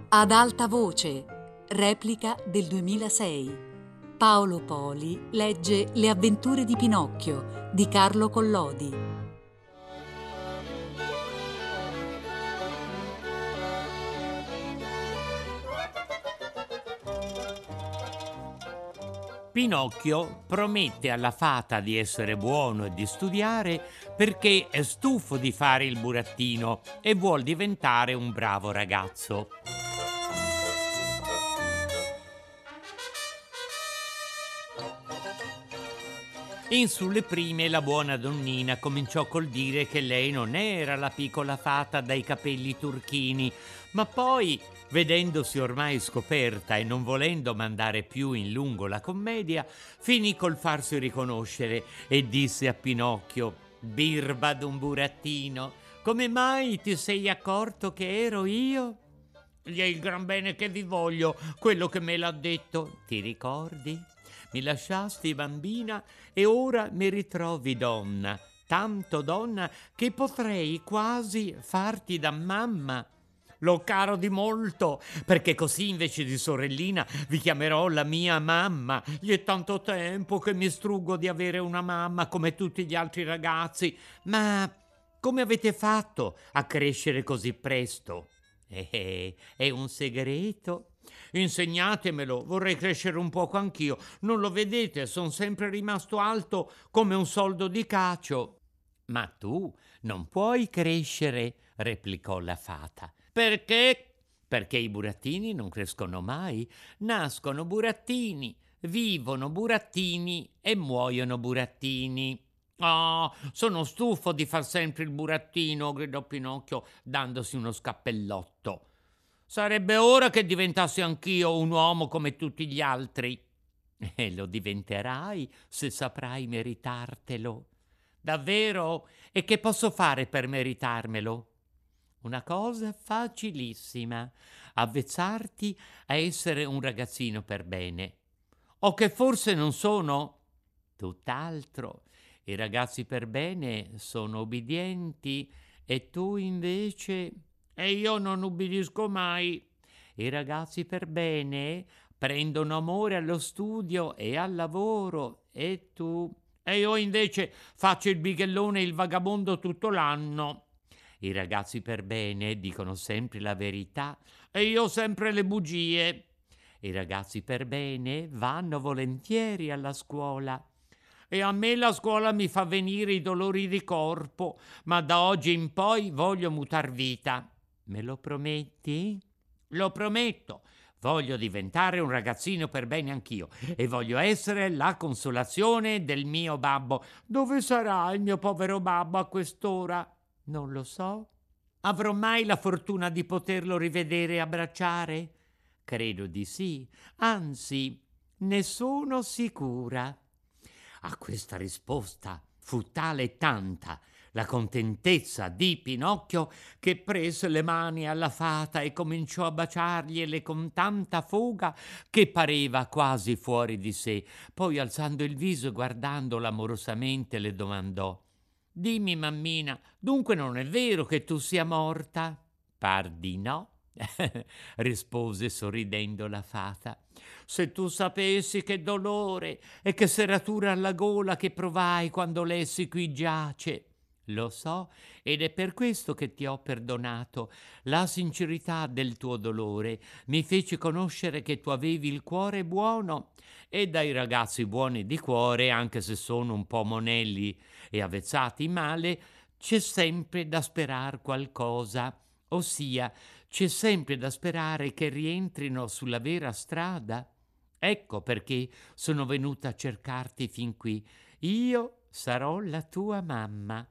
Ad alta voce, replica del 2006. Paolo Poli legge Le avventure di Pinocchio di Carlo Collodi. Pinocchio promette alla fata di essere buono e di studiare perché è stufo di fare il burattino e vuol diventare un bravo ragazzo. In sulle prime la buona donnina cominciò col dire che lei non era la piccola fata dai capelli turchini, ma poi, vedendosi ormai scoperta e non volendo mandare più in lungo la commedia, finì col farsi riconoscere e disse a Pinocchio: «Birba d'un burattino, come mai ti sei accorto che ero io?» «Gli è il gran bene che vi voglio, quello che me l'ha detto. Ti ricordi? Mi lasciasti bambina e ora mi ritrovi donna, tanto donna che potrei quasi farti da mamma. Lo caro di molto, perché così invece di sorellina vi chiamerò la mia mamma. Gli è tanto tempo che mi struggo di avere una mamma come tutti gli altri ragazzi. Ma come avete fatto a crescere così presto?» È un segreto? Insegnatemelo, vorrei crescere un poco anch'io. Non lo vedete? Sono sempre rimasto alto come un soldo di cacio. Ma tu non puoi crescere, replicò la fata. Perché? Perché i burattini non crescono mai. Nascono burattini, vivono burattini e muoiono burattini. «Ah, sono stufo di far sempre il burattino», gridò Pinocchio, dandosi uno scappellotto. «Sarebbe ora che diventassi anch'io un uomo come tutti gli altri». «E lo diventerai se saprai meritartelo». «Davvero? E che posso fare per meritarmelo?» «Una cosa facilissima: avvezzarti a essere un ragazzino per bene». «O che forse non sono?» «Tutt'altro. I ragazzi per bene sono ubbidienti e tu invece...» «E io non ubbidisco mai». «I ragazzi per bene prendono amore allo studio e al lavoro e tu...» «E io invece faccio il bighellone e il vagabondo tutto l'anno». «I ragazzi per bene dicono sempre la verità e io sempre le bugie». «I ragazzi per bene vanno volentieri alla scuola». «E a me la scuola mi fa venire i dolori di corpo, ma da oggi in poi voglio mutar vita». «Me lo prometti?» «Lo prometto. Voglio diventare un ragazzino per bene anch'io e voglio essere la consolazione del mio babbo». «Dove sarà il mio povero babbo a quest'ora?» «Non lo so». «Avrò mai la fortuna di poterlo rivedere e abbracciare?» «Credo di sì, anzi, ne sono sicura». A questa risposta fu tale e tanta la contentezza di Pinocchio che prese le mani alla fata e cominciò a baciargliele con tanta foga che pareva quasi fuori di sé. Poi, alzando il viso e guardandola amorosamente, le domandò: «Dimmi, mammina, dunque non è vero che tu sia morta?» «Par di no», rispose sorridendo la fata. «Se tu sapessi che dolore e che serratura alla gola che provai quando lessi qui giace!» «Lo so, ed è per questo che ti ho perdonato. La sincerità del tuo dolore mi fece conoscere che tu avevi il cuore buono, e dai ragazzi buoni di cuore, anche se sono un po' monelli e avvezzati male, c'è sempre da sperar qualcosa, ossia c'è sempre da sperare che rientrino sulla vera strada. Ecco perché sono venuta a cercarti fin qui. Io sarò la tua mamma».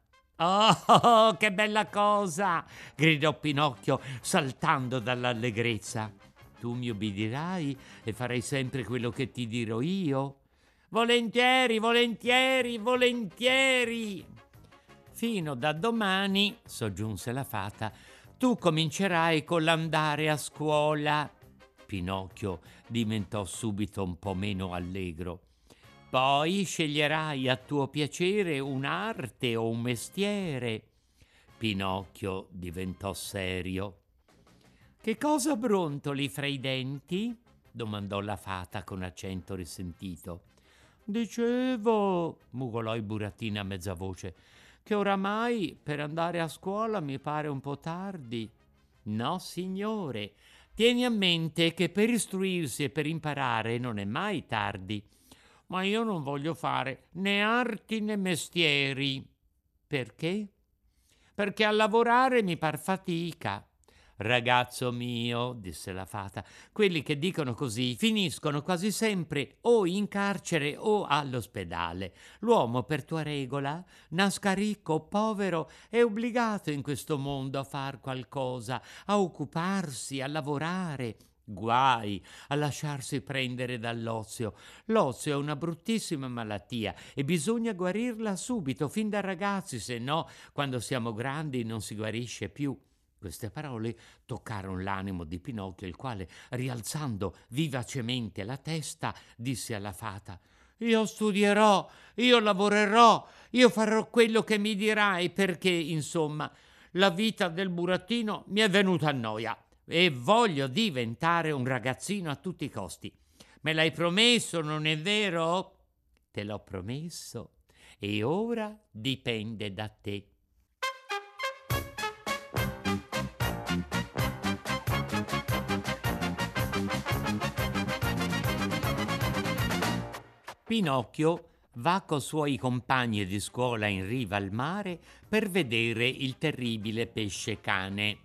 «Oh, che bella cosa!» gridò Pinocchio, saltando dall'allegrezza. «Tu mi ubbidirai e farai sempre quello che ti dirò io?» «Volentieri, volentieri, volentieri!» «Fino da domani», soggiunse la fata, «tu comincerai con l'andare a scuola». Pinocchio diventò subito un po' meno allegro. «Poi sceglierai a tuo piacere un'arte o un mestiere». Pinocchio diventò serio. Che cosa brontoli fra i denti? Domandò la fata con accento risentito. Dicevo, mugolò il burattino a mezza voce, che oramai per andare a scuola mi pare un po' tardi. No, signore, tieni a mente che per istruirsi e per imparare non è mai tardi. Ma io non voglio fare né arti né mestieri. Perché? Perché a lavorare mi par fatica. Ragazzo mio, disse la fata, quelli che dicono così finiscono quasi sempre o in carcere o all'ospedale. L'uomo, per tua regola, nasca ricco o povero, è obbligato in questo mondo a far qualcosa, a occuparsi, a lavorare. Guai a lasciarsi prendere dall'ozio. L'ozio è una bruttissima malattia e bisogna guarirla subito, fin da ragazzi, se no, quando siamo grandi non si guarisce più. Queste parole toccarono l'animo di Pinocchio, il quale, rialzando vivacemente la testa, disse alla fata: «Io studierò, io lavorerò, io farò quello che mi dirai, perché, insomma, la vita del burattino mi è venuta a noia e voglio diventare un ragazzino a tutti i costi. Me l'hai promesso, non è vero?» «Te l'ho promesso e ora dipende da te.» Pinocchio va coi suoi compagni di scuola in riva al mare per vedere il terribile pesce cane.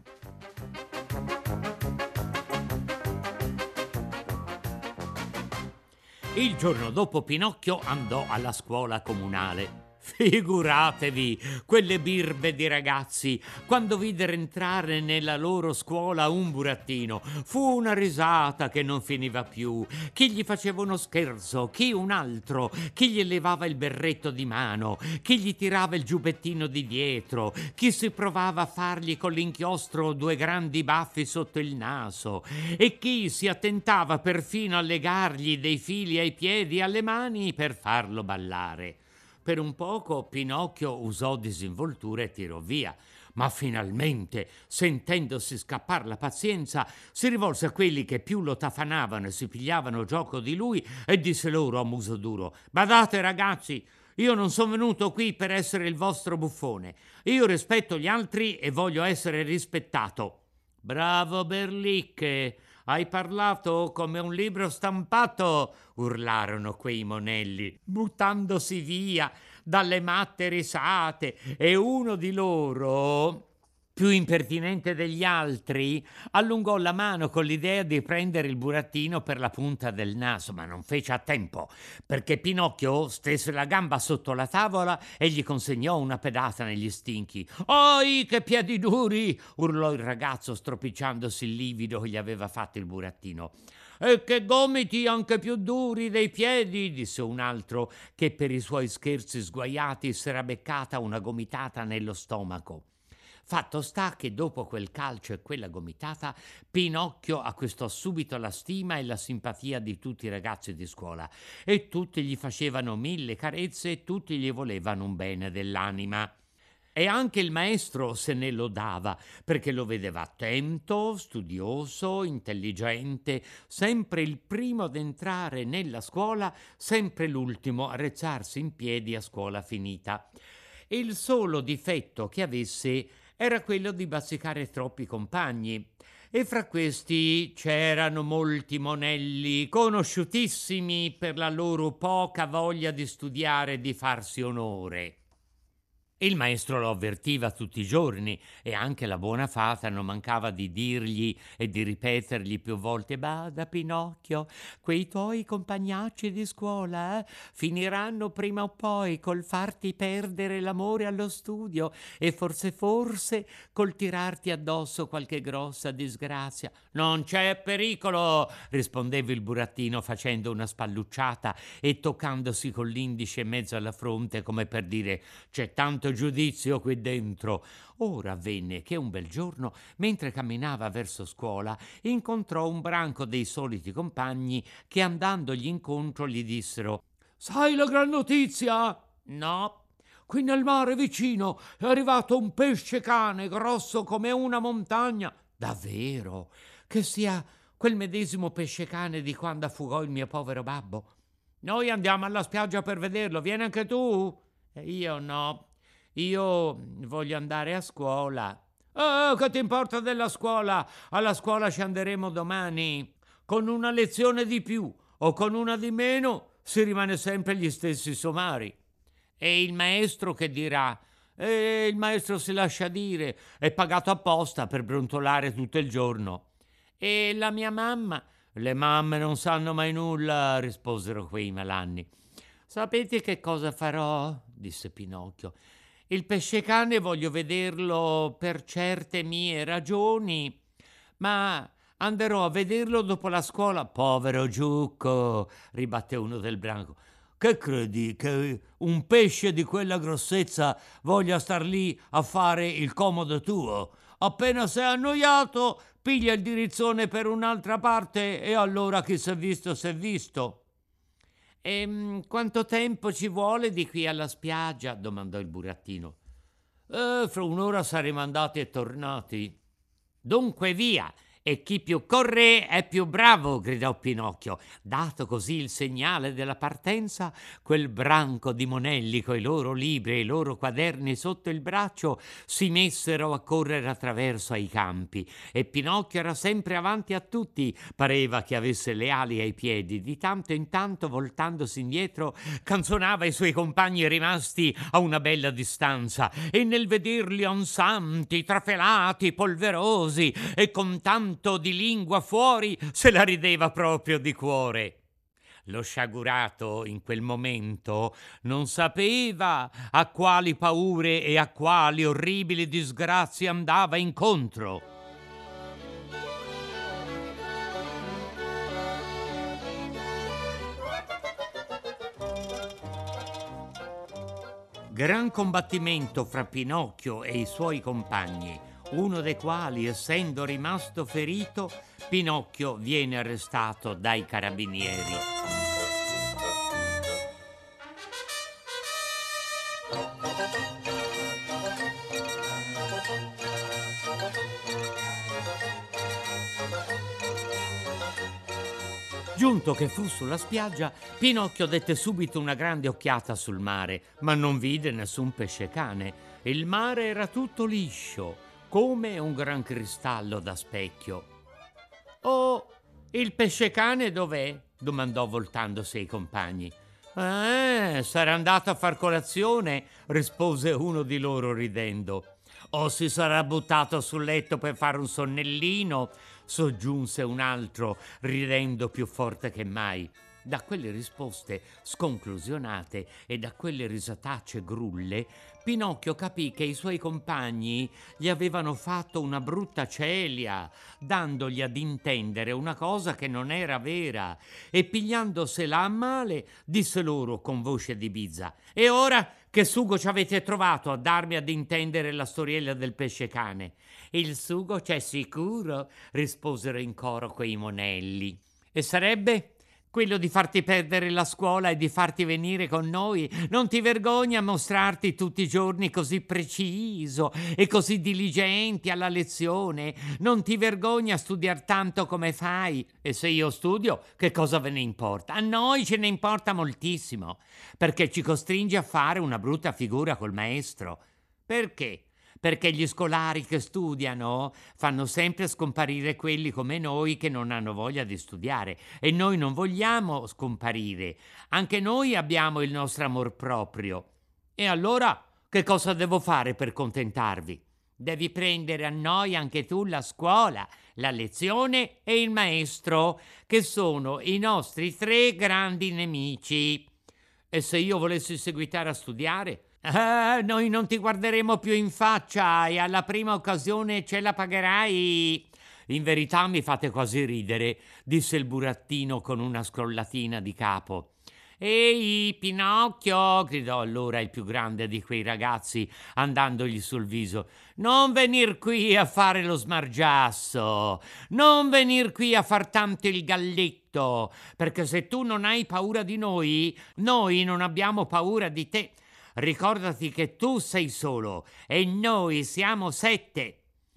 Il giorno dopo Pinocchio andò alla scuola comunale. Figuratevi quelle birbe di ragazzi quando videro entrare nella loro scuola un burattino. Fu una risata che non finiva più. Chi gli faceva uno scherzo, chi un altro, chi gli levava il berretto di mano, chi gli tirava il giubbettino di dietro, chi si provava a fargli con l'inchiostro due grandi baffi sotto il naso e chi si attentava perfino a legargli dei fili ai piedi e alle mani per farlo ballare. Per un poco Pinocchio usò disinvoltura e tirò via, ma finalmente, sentendosi scappar la pazienza, si rivolse a quelli che più lo tafanavano e si pigliavano gioco di lui e disse loro a muso duro: «Badate, ragazzi, io non sono venuto qui per essere il vostro buffone. Io rispetto gli altri e voglio essere rispettato.» «Bravo Berlicche! Hai parlato come un libro stampato!» urlarono quei monelli, buttandosi via dalle matte risate, e uno di loro, più impertinente degli altri, allungò la mano con l'idea di prendere il burattino per la punta del naso, ma non fece a tempo, perché Pinocchio stese la gamba sotto la tavola e gli consegnò una pedata negli stinchi. «Oi, che piedi duri!» urlò il ragazzo, stropicciandosi il livido che gli aveva fatto il burattino. «E che gomiti anche più duri dei piedi!» disse un altro, che per i suoi scherzi sguaiati s'era beccata una gomitata nello stomaco. Fatto sta che dopo quel calcio e quella gomitata, Pinocchio acquistò subito la stima e la simpatia di tutti i ragazzi di scuola, e tutti gli facevano mille carezze e tutti gli volevano un bene dell'anima. E anche il maestro se ne lodava, perché lo vedeva attento, studioso, intelligente, sempre il primo ad entrare nella scuola, sempre l'ultimo a rezzarsi in piedi a scuola finita. Il solo difetto che avesse era quello di bazzicare troppi compagni, e fra questi c'erano molti monelli conosciutissimi per la loro poca voglia di studiare e di farsi onore. Il maestro lo avvertiva tutti i giorni, e anche la buona fata non mancava di dirgli e di ripetergli più volte: «Bada, Pinocchio, quei tuoi compagnacci di scuola finiranno prima o poi col farti perdere l'amore allo studio e forse col tirarti addosso qualche grossa disgrazia.» «Non c'è pericolo», rispondeva il burattino facendo una spallucciata e toccandosi con l'indice in mezzo alla fronte come per dire: «C'è tanto giudizio qui dentro.» Ora avvenne che un bel giorno, mentre camminava verso scuola, incontrò un branco dei soliti compagni che, andandogli incontro, gli dissero: «Sai la gran notizia?» «No.» «Qui nel mare vicino è arrivato un pesce cane grosso come una montagna.» Davvero? Che sia quel medesimo pescecane di quando affogò il mio povero babbo? Noi andiamo alla spiaggia per vederlo, vieni anche tu? Io no, io voglio andare a scuola. Che ti importa della scuola? Alla scuola ci anderemo domani. Con una lezione di più o con una di meno si rimane sempre gli stessi somari. E il maestro che dirà? Il maestro si lascia dire, è pagato apposta per brontolare tutto il giorno. E la mia mamma? Le mamme non sanno mai nulla, risposero quei malanni. Sapete che cosa farò? Disse Pinocchio. Il pescecane voglio vederlo per certe mie ragioni, ma anderò a vederlo dopo la scuola. Povero Giucco, ribatté uno del branco. Che credi che un pesce di quella grossezza voglia star lì a fare il comodo tuo? Appena sei annoiato, piglia il dirizzone per un'altra parte e allora chi s'è visto s'è visto. E quanto tempo ci vuole di qui alla spiaggia? Domandò il burattino. Fra un'ora saremo andati e tornati. Dunque via! E chi più corre è più bravo, gridò Pinocchio. Dato così il segnale della partenza, quel branco di monelli coi loro libri e i loro quaderni sotto il braccio si messero a correre attraverso ai campi e Pinocchio era sempre avanti a tutti, pareva che avesse le ali ai piedi. Di tanto in tanto, voltandosi indietro, canzonava i suoi compagni rimasti a una bella distanza e nel vederli ansanti, trafelati, polverosi e con tanto di lingua fuori se la rideva proprio di cuore. Lo sciagurato in quel momento non sapeva a quali paure e a quali orribili disgrazie andava incontro. Gran combattimento fra Pinocchio e i suoi compagni, uno dei quali, essendo rimasto ferito, Pinocchio viene arrestato dai carabinieri. Giunto che fu sulla spiaggia, Pinocchio dette subito una grande occhiata sul mare, ma non vide nessun pescecane. Il mare era tutto liscio, come un gran cristallo da specchio. «Oh, il pescecane dov'è?» domandò voltandosi ai compagni. Sarà andato a far colazione», rispose uno di loro ridendo. «O si sarà buttato sul letto per fare un sonnellino», soggiunse un altro, ridendo più forte che mai. Da quelle risposte sconclusionate e da quelle risatacce grulle, Pinocchio capì che i suoi compagni gli avevano fatto una brutta celia, dandogli ad intendere una cosa che non era vera, e pigliandosela a male, disse loro con voce di bizza: «E ora che sugo ci avete trovato a darmi ad intendere la storiella del pescecane?» «Il sugo c'è sicuro», risposero in coro quei monelli. «E sarebbe?» «Quello di farti perdere la scuola e di farti venire con noi. Non ti vergogni a mostrarti tutti i giorni così preciso e così diligenti alla lezione? Non ti vergogni a studiar tanto come fai? E se io studio, che cosa ve ne importa? A noi ce ne importa moltissimo, perché ci costringe a fare una brutta figura col maestro. Perché? Perché gli scolari che studiano fanno sempre scomparire quelli come noi che non hanno voglia di studiare e noi non vogliamo scomparire. Anche noi abbiamo il nostro amor proprio. E allora che cosa devo fare per contentarvi? Devi prendere a noi anche tu la scuola, la lezione e il maestro, che sono i nostri tre grandi nemici. E se io volessi seguitare a studiare? Noi non ti guarderemo più in faccia e alla prima occasione ce la pagherai. In verità mi fate quasi ridere, disse il burattino con una scrollatina di capo. Ehi, Pinocchio, gridò allora il più grande di quei ragazzi, andandogli sul viso. Non venir qui a fare lo smargiasso, non venir qui a far tanto il galletto, perché se tu non hai paura di noi non abbiamo paura di te. Ricordati che tu sei solo e noi siamo 7.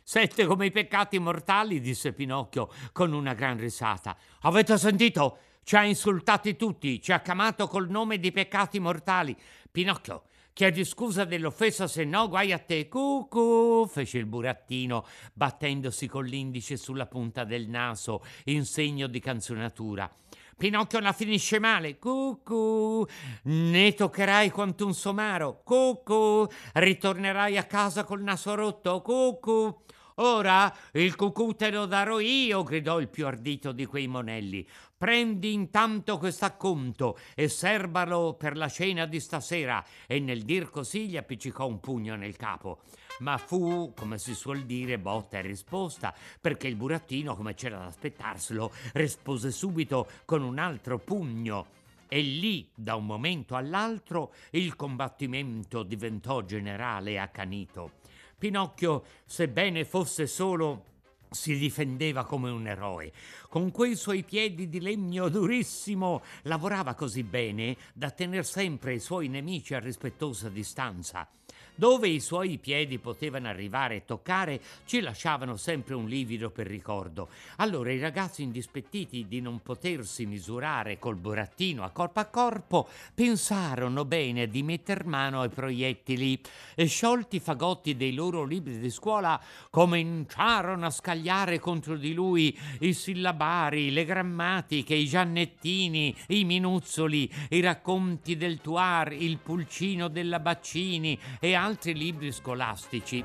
7 come i peccati mortali, disse Pinocchio con una gran risata. Avete sentito? Ci ha insultati tutti, ci ha chiamato col nome di peccati mortali. Pinocchio, chiedi scusa dell'offesa, se no guai a te. Cucù, fece il burattino, battendosi con l'indice sulla punta del naso in segno di canzonatura. Pinocchio la finisce male. Cucù, ne toccherai quanto un somaro. Cucù, ritornerai a casa col naso rotto. Cucù. Ora il cucù te lo darò io, gridò il più ardito di quei monelli. Prendi intanto quest'acconto e serbalo per la cena di stasera. E nel dir così gli appiccicò un pugno nel capo. Ma fu, come si suol dire, botta e risposta, perché il burattino, come c'era da aspettarselo, rispose subito con un altro pugno. E lì, da un momento all'altro, il combattimento diventò generale e accanito. Pinocchio, sebbene fosse solo, si difendeva come un eroe. Con quei suoi piedi di legno durissimo lavorava così bene da tener sempre i suoi nemici a rispettosa distanza. Dove i suoi piedi potevano arrivare e toccare, ci lasciavano sempre un livido per ricordo. Allora i ragazzi, indispettiti di non potersi misurare col burattino a corpo, pensarono bene di metter mano ai proiettili e, sciolti i fagotti dei loro libri di scuola, cominciarono a scagliare contro di lui i sillabari, le grammatiche, i giannettini, i minuzzoli, i racconti del Tuar, il pulcino della Baccini e altri libri scolastici.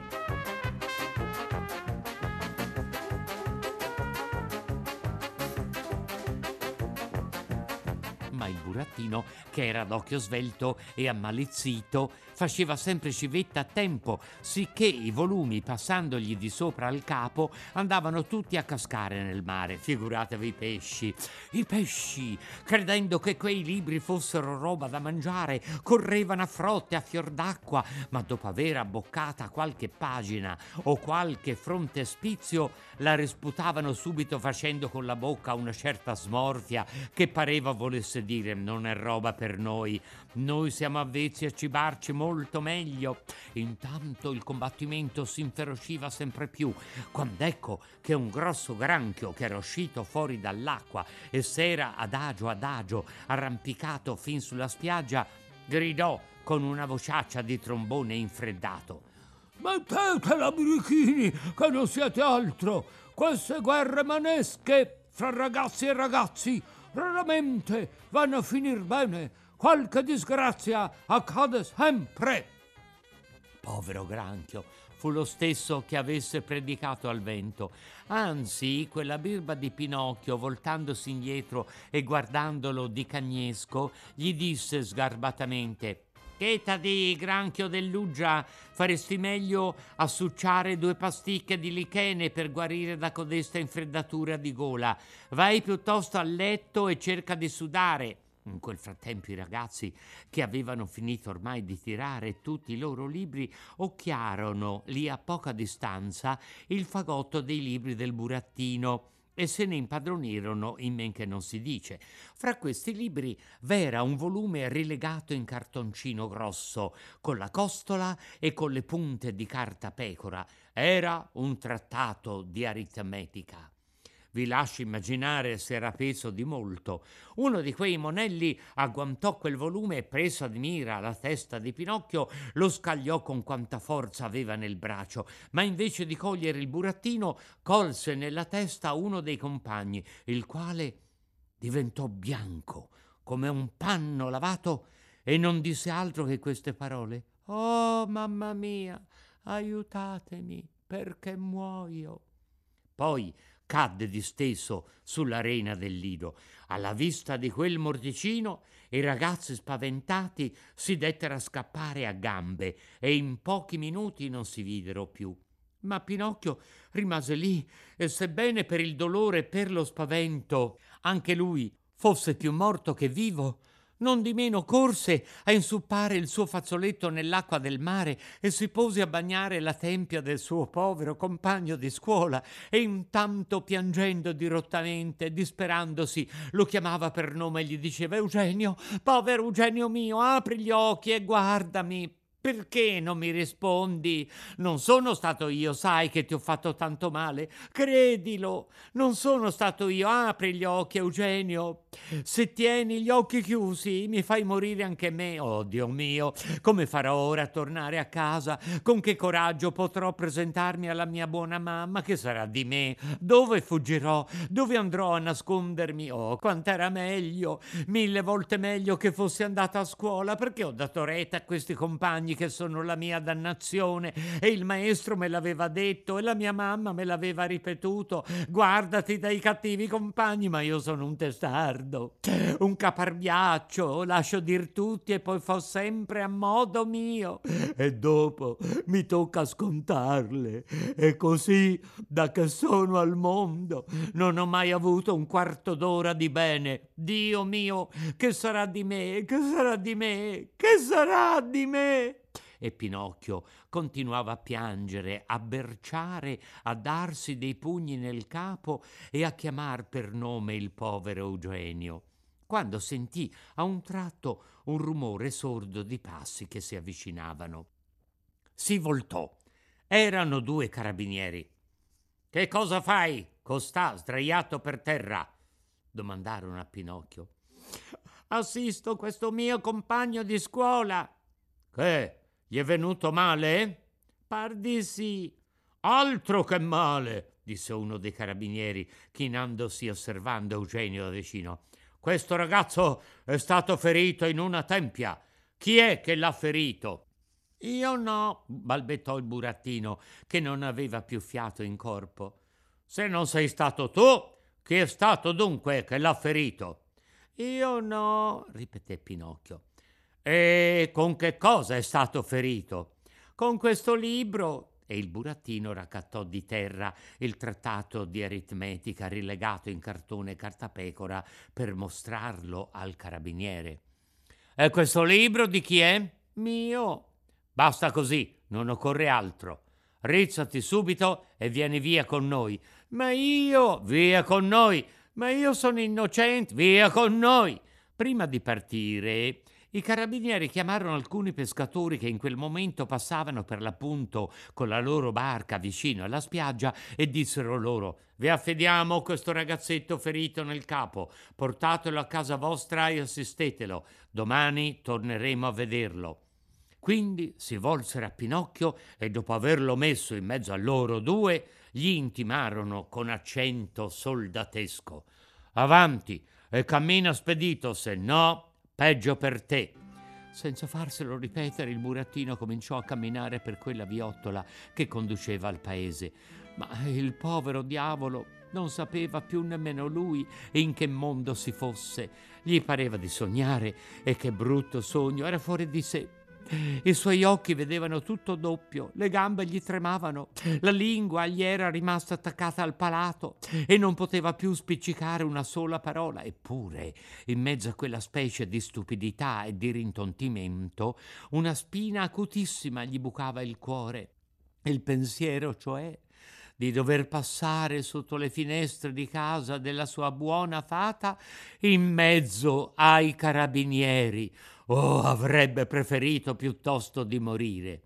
Ma il burattino, che era d'occhio svelto e ammalizzito, faceva sempre civetta a tempo, sicché i volumi, passandogli di sopra al capo, andavano tutti a cascare nel mare. Figuratevi i pesci. I pesci, credendo che quei libri fossero roba da mangiare, correvano a frotte a fior d'acqua, ma dopo aver abboccata qualche pagina o qualche frontespizio, la risputavano subito facendo con la bocca una certa smorfia che pareva volesse dire: non è roba per noi siamo avvezzi a cibarci molto meglio. Intanto il combattimento si inferociva sempre più, quando ecco che un grosso granchio, che era uscito fuori dall'acqua e s'era adagio arrampicato fin sulla spiaggia, gridò con una vociaccia di trombone infreddato: mettetela, birichini, che non siete altro! Queste guerre manesche fra ragazzi e ragazzi raramente vanno a finir bene. Qualche disgrazia accade sempre. Povero granchio, fu lo stesso che avesse predicato al vento. Anzi, quella birba di Pinocchio, voltandosi indietro e guardandolo di cagnesco, gli disse sgarbatamente: che t'adì, granchio dell'uggia, faresti meglio a succiare 2 pasticche di lichene per guarire da codesta infreddatura di gola. Vai piuttosto a letto e cerca di sudare. In quel frattempo i ragazzi, che avevano finito ormai di tirare tutti i loro libri, occhiarono lì a poca distanza il fagotto dei libri del burattino e se ne impadronirono in men che non si dice. Fra questi libri v'era un volume rilegato in cartoncino grosso, con la costola e con le punte di carta pecora. Era un trattato di aritmetica. Vi lascio immaginare se era peso di molto. Uno di quei monelli agguantò quel volume e, preso ad mira la testa di Pinocchio, lo scagliò con quanta forza aveva nel braccio, ma invece di cogliere il burattino colse nella testa uno dei compagni, il quale diventò bianco come un panno lavato e non disse altro che queste parole: «Oh, mamma mia, aiutatemi, perché muoio». Poi cadde disteso sull'arena del lido. Alla vista di quel morticino i ragazzi spaventati si dettero a scappare a gambe e in pochi minuti non si videro più. Ma Pinocchio rimase lì e, sebbene per il dolore e per lo spavento anche lui fosse più morto che vivo, nondimeno corse a insuppare il suo fazzoletto nell'acqua del mare e si pose a bagnare la tempia del suo povero compagno di scuola, e intanto, piangendo dirottamente, disperandosi, lo chiamava per nome e gli diceva: «Eugenio, povero Eugenio mio, apri gli occhi e guardami». Perché non mi rispondi? Non sono stato io, sai che ti ho fatto tanto male. Credilo, non sono stato io. Apri gli occhi, Eugenio. Se tieni gli occhi chiusi, mi fai morire anche me. Oh, Dio mio, come farò ora a tornare a casa? Con che coraggio potrò presentarmi alla mia buona mamma? Che sarà di me? Dove fuggirò? Dove andrò a nascondermi? Oh, quant'era meglio, 1000 volte meglio che fossi andata a scuola, perché ho dato retta a questi compagni che sono la mia dannazione, e il maestro me l'aveva detto e la mia mamma me l'aveva ripetuto: guardati dai cattivi compagni. Ma io sono un testardo, un caparbiaccio, lascio dir tutti e poi fo sempre a modo mio, e dopo mi tocca scontarle. E così, da che sono al mondo, non ho mai avuto un quarto d'ora di bene. Dio mio, che sarà di me? Che sarà di me? Che sarà di me? E Pinocchio continuava a piangere, a berciare, a darsi dei pugni nel capo e a chiamar per nome il povero Eugenio, quando sentì a un tratto un rumore sordo di passi che si avvicinavano. Si voltò. Erano 2 carabinieri. «Che cosa fai, costà, sdraiato per terra?» domandarono a Pinocchio. «Assisto questo mio compagno di scuola». «Che? Gli è venuto male?» «Par di sì». «Altro che male», disse uno dei carabinieri, chinandosi e osservando Eugenio da vicino. «Questo ragazzo è stato ferito in una tempia. Chi è che l'ha ferito?» «Io no», balbettò il burattino, che non aveva più fiato in corpo. «Se non sei stato tu, chi è stato dunque che l'ha ferito?» «Io no», ripeté Pinocchio. «E con che cosa è stato ferito?» «Con questo libro». E il burattino raccattò di terra il trattato di aritmetica rilegato in cartone cartapecora per mostrarlo al carabiniere. «E questo libro di chi è?» «Mio». «Basta così, non occorre altro. Rizzati subito e vieni via con noi». «Ma io...» «Via con noi». «Ma io sono innocente». «Via con noi». Prima di partire, i carabinieri chiamarono alcuni pescatori che in quel momento passavano per l'appunto con la loro barca vicino alla spiaggia e dissero loro: «Vi affidiamo questo ragazzetto ferito nel capo, portatelo a casa vostra e assistetelo. Domani torneremo a vederlo». Quindi si volsero a Pinocchio e, dopo averlo messo in mezzo a loro 2, gli intimarono con accento soldatesco: «Avanti e cammina spedito, se no peggio per te». Senza farselo ripetere, il burattino cominciò a camminare per quella viottola che conduceva al paese, ma il povero diavolo non sapeva più nemmeno lui in che mondo si fosse. Gli pareva di sognare, e che brutto sogno, era fuori di sé. I suoi occhi vedevano tutto doppio, le gambe gli tremavano, la lingua gli era rimasta attaccata al palato e non poteva più spiccicare una sola parola. Eppure, in mezzo a quella specie di stupidità e di rintontimento, una spina acutissima gli bucava il cuore. Il pensiero, cioè, di dover passare sotto le finestre di casa della sua buona fata in mezzo ai carabinieri. Oh, avrebbe preferito piuttosto di morire.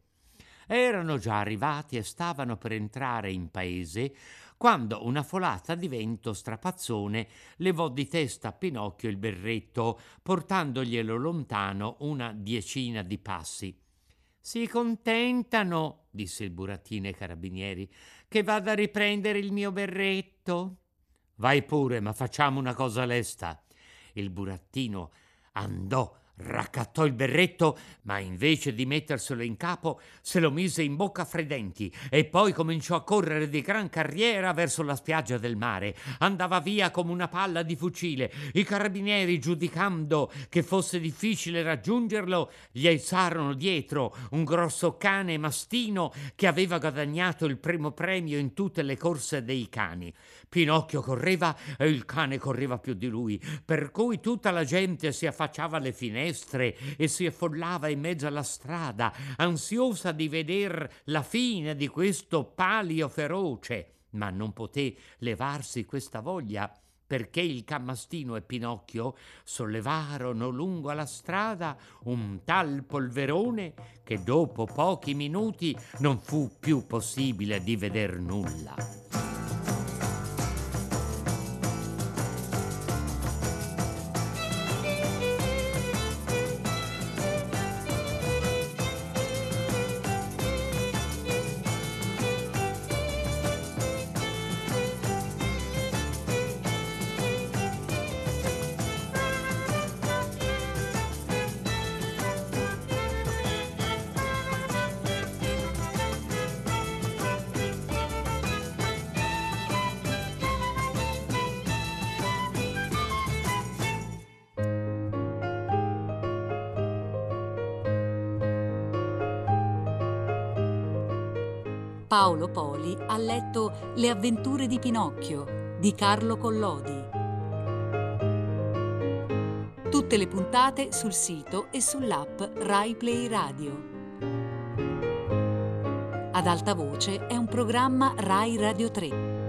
Erano già arrivati e stavano per entrare in paese quando una folata di vento strapazzone levò di testa a Pinocchio il berretto, portandoglielo lontano una 10 di passi. «Si contentano», disse il burattino ai carabinieri, «che vada a riprendere il mio berretto?» «Vai pure, ma facciamo una cosa lesta». Il burattino andò, raccattò il berretto, ma invece di metterselo in capo se lo mise in bocca fra i denti e poi cominciò a correre di gran carriera verso la spiaggia del mare. Andava via come una palla di fucile. I carabinieri, giudicando che fosse difficile raggiungerlo, gli alzarono dietro un grosso cane mastino che aveva guadagnato il primo premio in tutte le corse dei cani. Pinocchio correva e il cane correva più di lui, per cui tutta la gente si affacciava alle finestre e si affollava in mezzo alla strada, ansiosa di veder la fine di questo palio feroce, ma non poté levarsi questa voglia perché il Cammastino e Pinocchio sollevarono lungo la strada un tal polverone che dopo pochi minuti non fu più possibile di veder nulla. Paolo Poli ha letto Le avventure di Pinocchio di Carlo Collodi. Tutte le puntate sul sito e sull'app Rai Play Radio. Ad alta voce è un programma Rai Radio 3.